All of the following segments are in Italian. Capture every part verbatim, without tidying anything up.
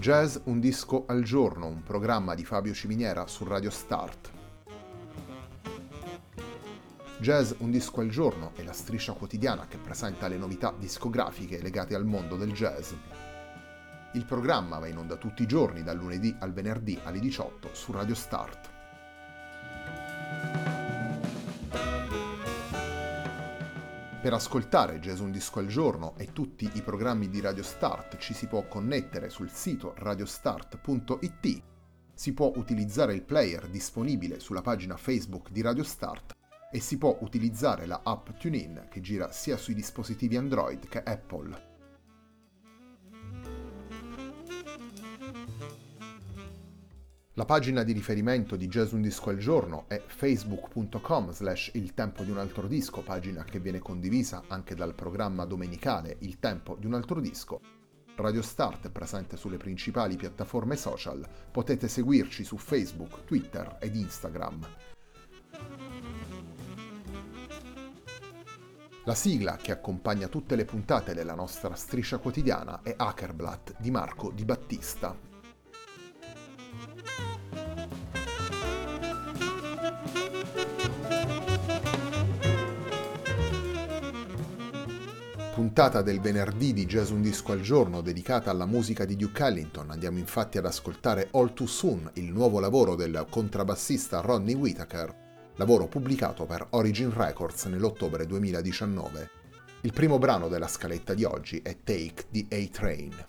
Jazz un disco al giorno, un programma di Fabio Ciminiera su Radio Start. Jazz un disco al giorno è la striscia quotidiana che presenta le novità discografiche legate al mondo del jazz. Il programma va in onda tutti i giorni dal lunedì al venerdì alle diciotto su Radio Start. Per ascoltare Jazz un disco al giorno e tutti i programmi di Radio Start ci si può connettere sul sito radiostart punto it, si può utilizzare il player disponibile sulla pagina Facebook di Radio Start e si può utilizzare la app TuneIn che gira sia sui dispositivi Android che Apple. La pagina di riferimento di Jazz un disco al giorno è facebook punto com slash il tempo di un altro disco, pagina che viene condivisa anche dal programma domenicale Il tempo di un altro disco. Radio Start è presente sulle principali piattaforme social, potete seguirci su Facebook, Twitter ed Instagram. La sigla che accompagna tutte le puntate della nostra striscia quotidiana è Hackerblatt di Marco Di Battista. Puntata del venerdì di Jazz un disco al giorno dedicata alla musica di Duke Ellington. Andiamo infatti ad ascoltare All Too Soon, il nuovo lavoro del contrabbassista Rodney Whittaker, lavoro pubblicato per Origin Records nell'ottobre duemiladiciannove. Il primo brano della scaletta di oggi è Take the A-Train.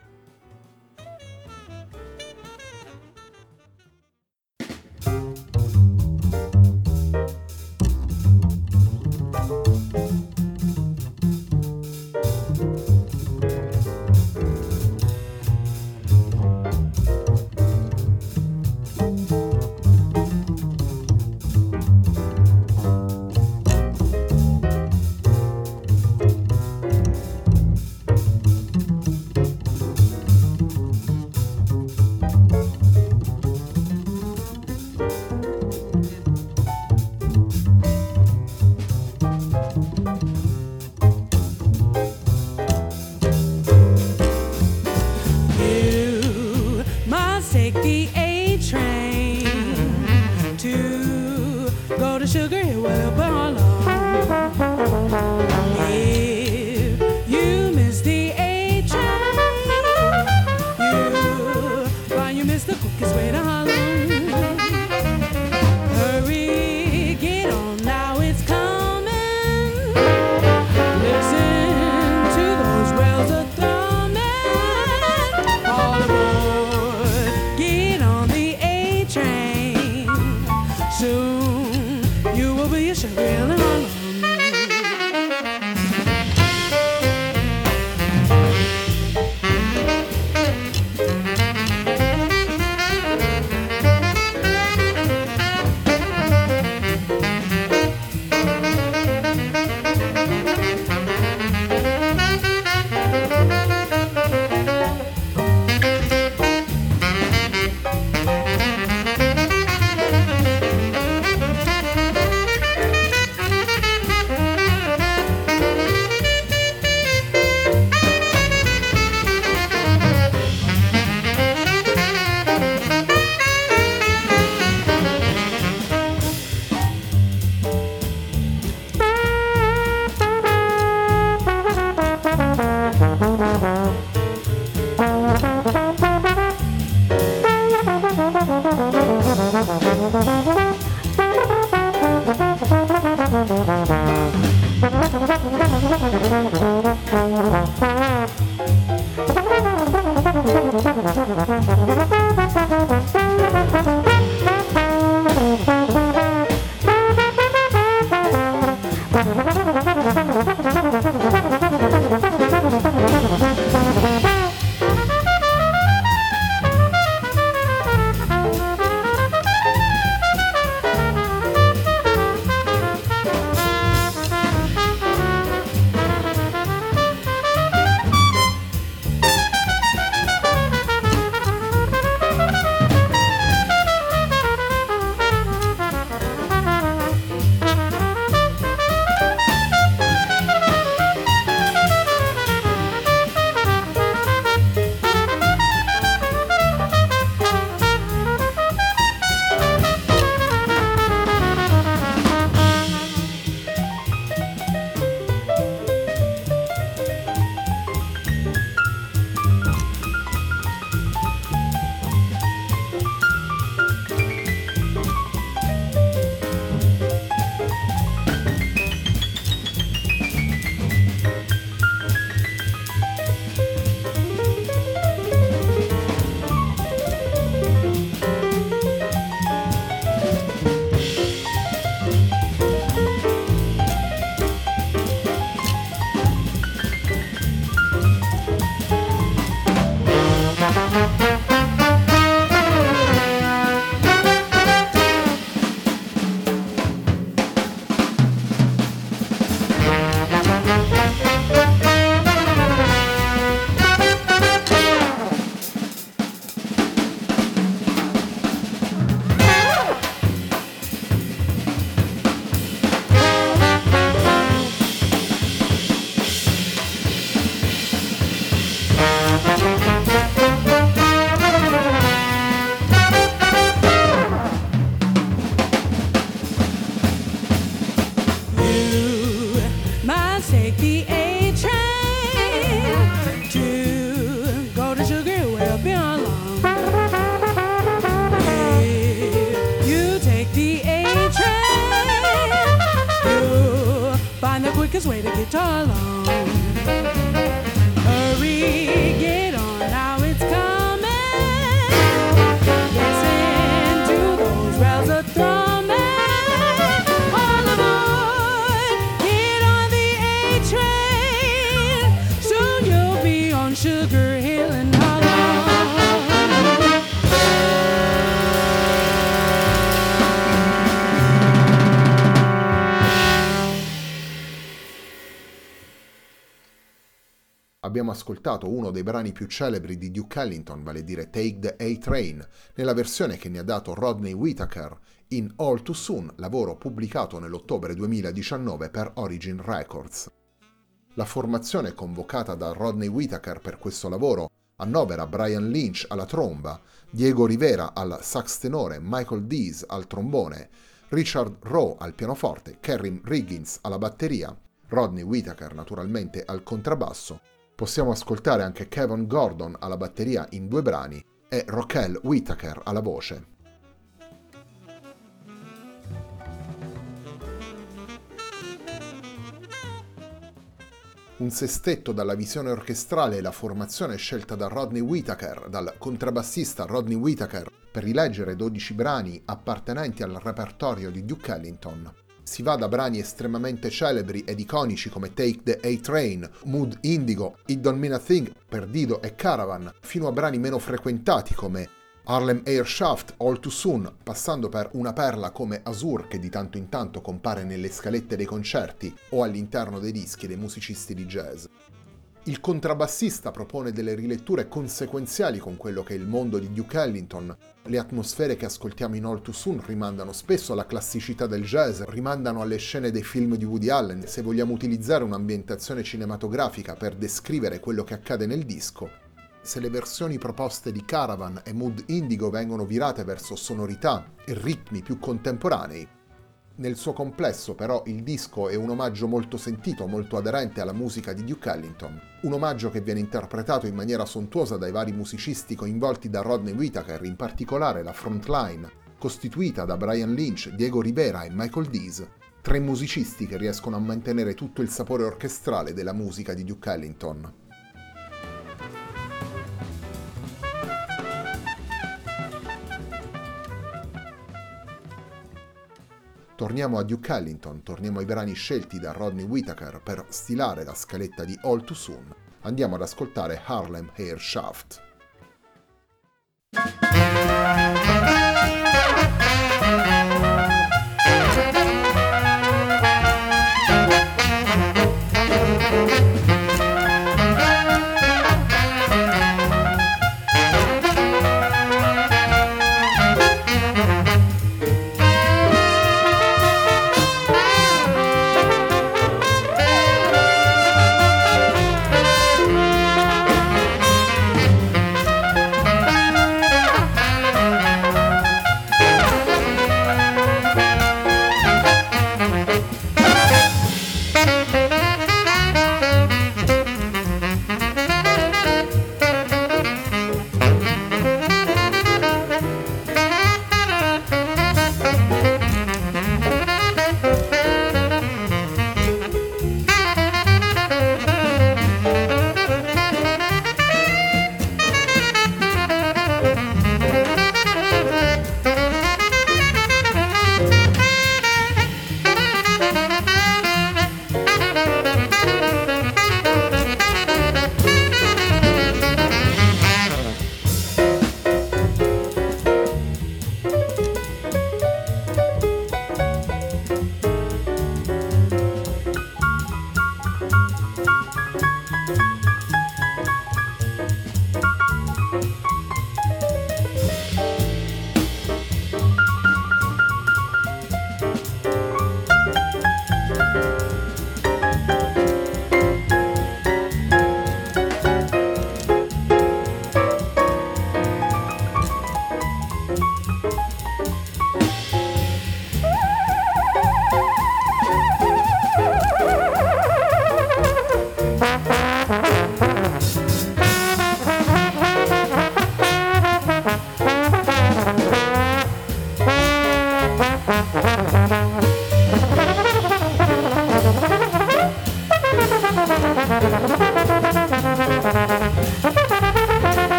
Take the A-train to go to Sugar Hill where it belongs. If you miss the A-train, you find you miss the quickest way to Harlem. Hurry, get on now, it's coming. Listen to those bells a thumbing. All aboard. Soon you will be a sugar in Harlem. right along. Hurry, get on now, it's coming. Listen to those rails a thrumming. All aboard, get on the A train. Soon you'll be on Sugar Hill and Hollow. Abbiamo ascoltato uno dei brani più celebri di Duke Ellington, vale a dire Take the A-Train, nella versione che ne ha dato Rodney Whittaker in All Too Soon, lavoro pubblicato nell'ottobre duemiladiciannove per Origin Records. La formazione convocata da Rodney Whittaker per questo lavoro annovera Brian Lynch alla tromba, Diego Rivera al sax tenore, Michael Dees al trombone, Richard Rowe al pianoforte, Kerry Riggins alla batteria, Rodney Whittaker naturalmente al contrabbasso. Possiamo ascoltare anche Kevin Gordon alla batteria in due brani e Rochelle Whittaker alla voce. Un sestetto dalla visione orchestrale e la formazione scelta da Rodney Whittaker, dal contrabbassista Rodney Whittaker, per rileggere dodici brani appartenenti al repertorio di Duke Ellington. Si va da brani estremamente celebri ed iconici come Take the A-Train, Mood Indigo, It Don't Mean a Thing, Perdido e Caravan, fino a brani meno frequentati come Harlem Air Shaft, All Too Soon, passando per una perla come Azure che di tanto in tanto compare nelle scalette dei concerti o all'interno dei dischi dei musicisti di jazz. Il contrabbassista propone delle riletture conseguenziali con quello che è il mondo di Duke Ellington. Le atmosfere che ascoltiamo in All Too Soon rimandano spesso alla classicità del jazz, rimandano alle scene dei film di Woody Allen. Se vogliamo utilizzare un'ambientazione cinematografica per descrivere quello che accade nel disco, se le versioni proposte di Caravan e Mood Indigo vengono virate verso sonorità e ritmi più contemporanei, nel suo complesso però il disco è un omaggio molto sentito, molto aderente alla musica di Duke Ellington, un omaggio che viene interpretato in maniera sontuosa dai vari musicisti coinvolti da Rodney Whittaker, in particolare la frontline, costituita da Brian Lynch, Diego Rivera e Michael Dees, tre musicisti che riescono a mantenere tutto il sapore orchestrale della musica di Duke Ellington. Torniamo a Duke Ellington, torniamo ai brani scelti da Rodney Whittaker per stilare la scaletta di All Too Soon. Andiamo ad ascoltare Harlem Air Shaft.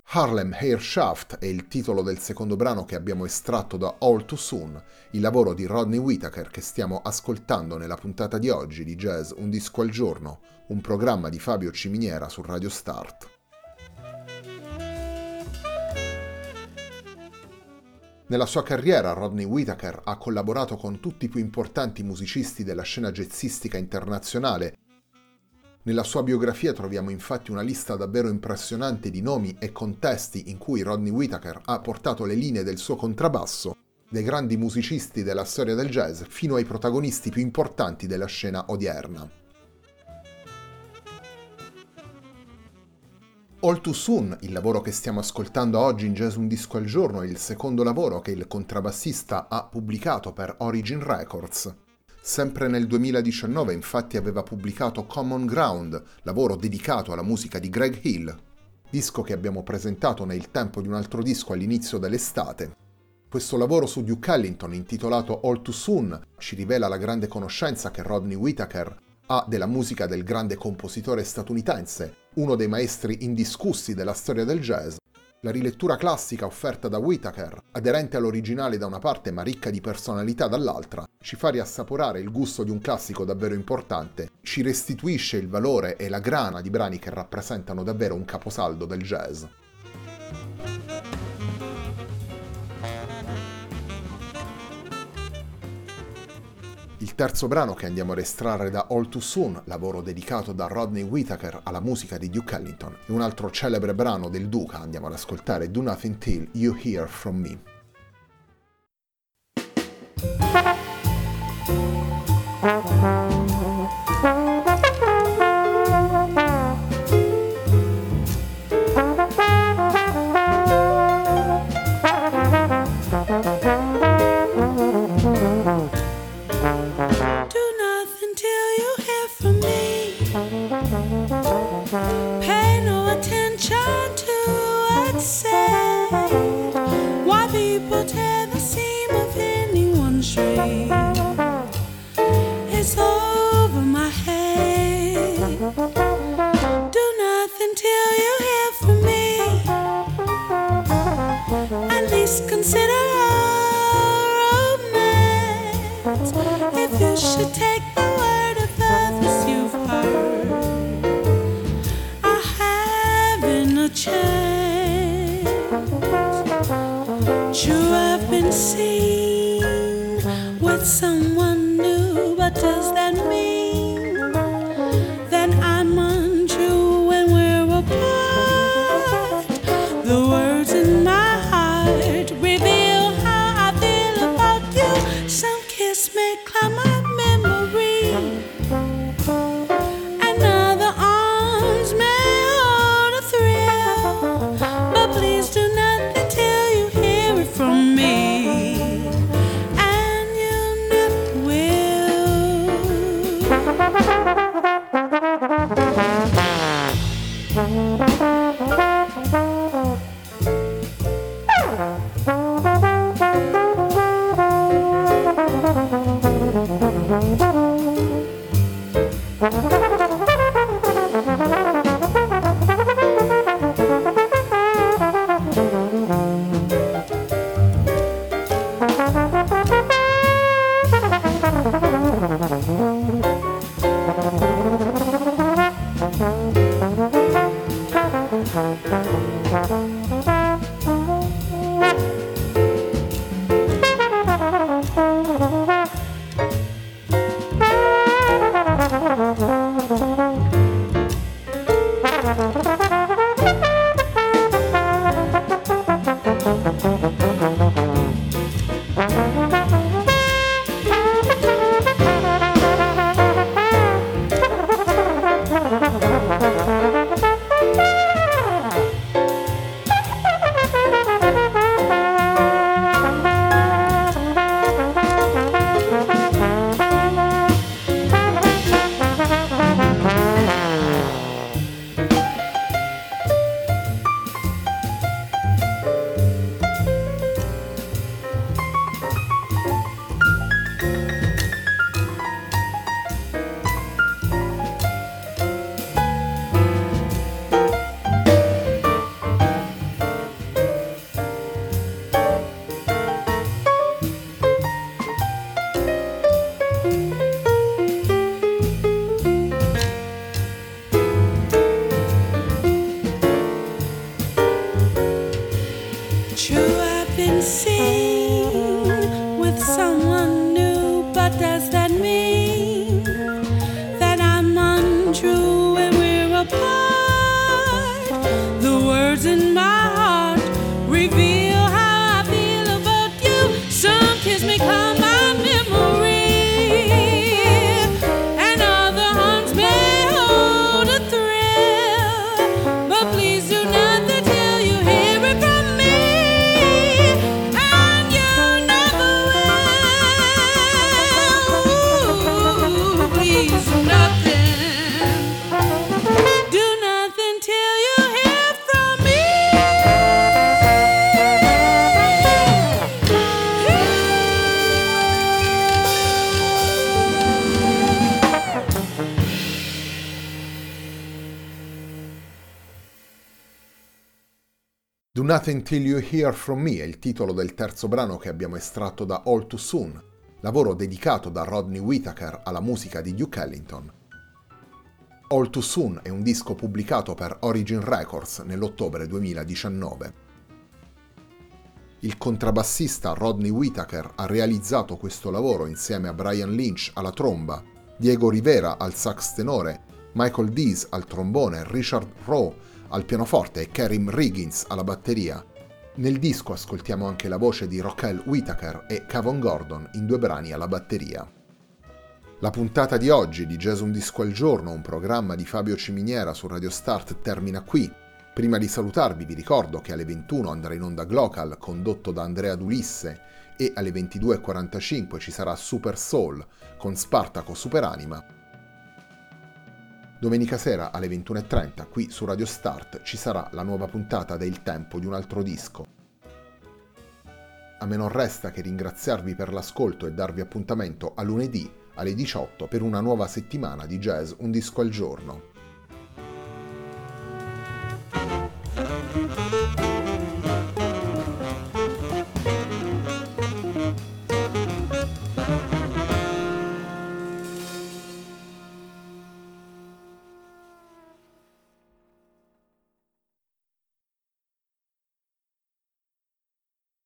Harlem Air Shaft è il titolo del secondo brano che abbiamo estratto da All Too Soon, il lavoro di Rodney Whittaker che stiamo ascoltando nella puntata di oggi di Jazz Un Disco al Giorno, un programma di Fabio Ciminiera su Radio Start. Nella sua carriera Rodney Whittaker ha collaborato con tutti i più importanti musicisti della scena jazzistica internazionale. Nella sua biografia troviamo infatti una lista davvero impressionante di nomi e contesti in cui Rodney Whittaker ha portato le linee del suo contrabbasso, dai grandi musicisti della storia del jazz fino ai protagonisti più importanti della scena odierna. All Too Soon, il lavoro che stiamo ascoltando oggi in Jazz Un Disco al Giorno, è il secondo lavoro che il contrabbassista ha pubblicato per Origin Records. Sempre nel duemiladiciannove infatti aveva pubblicato Common Ground, lavoro dedicato alla musica di Greg Hill, disco che abbiamo presentato nel tempo di un altro disco all'inizio dell'estate. Questo lavoro su Duke Ellington, intitolato All Too Soon, ci rivela la grande conoscenza che Rodney Whittaker ha della musica del grande compositore statunitense, uno dei maestri indiscussi della storia del jazz. La rilettura classica offerta da Whittaker, aderente all'originale da una parte ma ricca di personalità dall'altra, ci fa riassaporare il gusto di un classico davvero importante, ci restituisce il valore e la grana di brani che rappresentano davvero un caposaldo del jazz. Il terzo brano che andiamo ad estrarre da All Too Soon, lavoro dedicato da Rodney Whittaker alla musica di Duke Ellington, è un altro celebre brano del Duca, andiamo ad ascoltare Do Nothing Till You Hear From Me. Pay no attention to what's said. Why people tear the seam of anyone's dream? It's over my head. Do nothing till you hear from me. At least consider a romance. If you should take the word of others you've heard, chance. True, I've been seen with someone new, but does that mean that I'm untrue when we're apart? The words in my heart reveal how I feel about you. Some kiss may cloud my memory, another arms may please do nothing till you hear it from me. And you never Do Nothing Till You Hear From Me è il titolo del terzo brano che abbiamo estratto da All Too Soon, lavoro dedicato da Rodney Whittaker alla musica di Duke Ellington. All Too Soon è un disco pubblicato per Origin Records nell'ottobre duemiladiciannove. Il contrabbassista Rodney Whittaker ha realizzato questo lavoro insieme a Brian Lynch alla tromba, Diego Rivera al sax tenore, Michael Dees al trombone, Richard Rowe al pianoforte e Karim Riggins alla batteria. Nel disco ascoltiamo anche la voce di Rochelle Whittaker e Kavon Gordon in due brani alla batteria. La puntata di oggi di Jazz Un Disco al Giorno, un programma di Fabio Ciminiera su Radio Start, termina qui. Prima di salutarvi vi ricordo che alle ventuno andrà in onda Glocal condotto da Andrea Dulisse e alle ventidue e quarantacinque ci sarà Super Soul con Spartaco Superanima. Domenica sera alle ventuno e trenta qui su Radio Start ci sarà la nuova puntata de Il Tempo di un altro disco. A me non resta che ringraziarvi per l'ascolto e darvi appuntamento a lunedì alle diciotto per una nuova settimana di Jazz Un Disco al Giorno.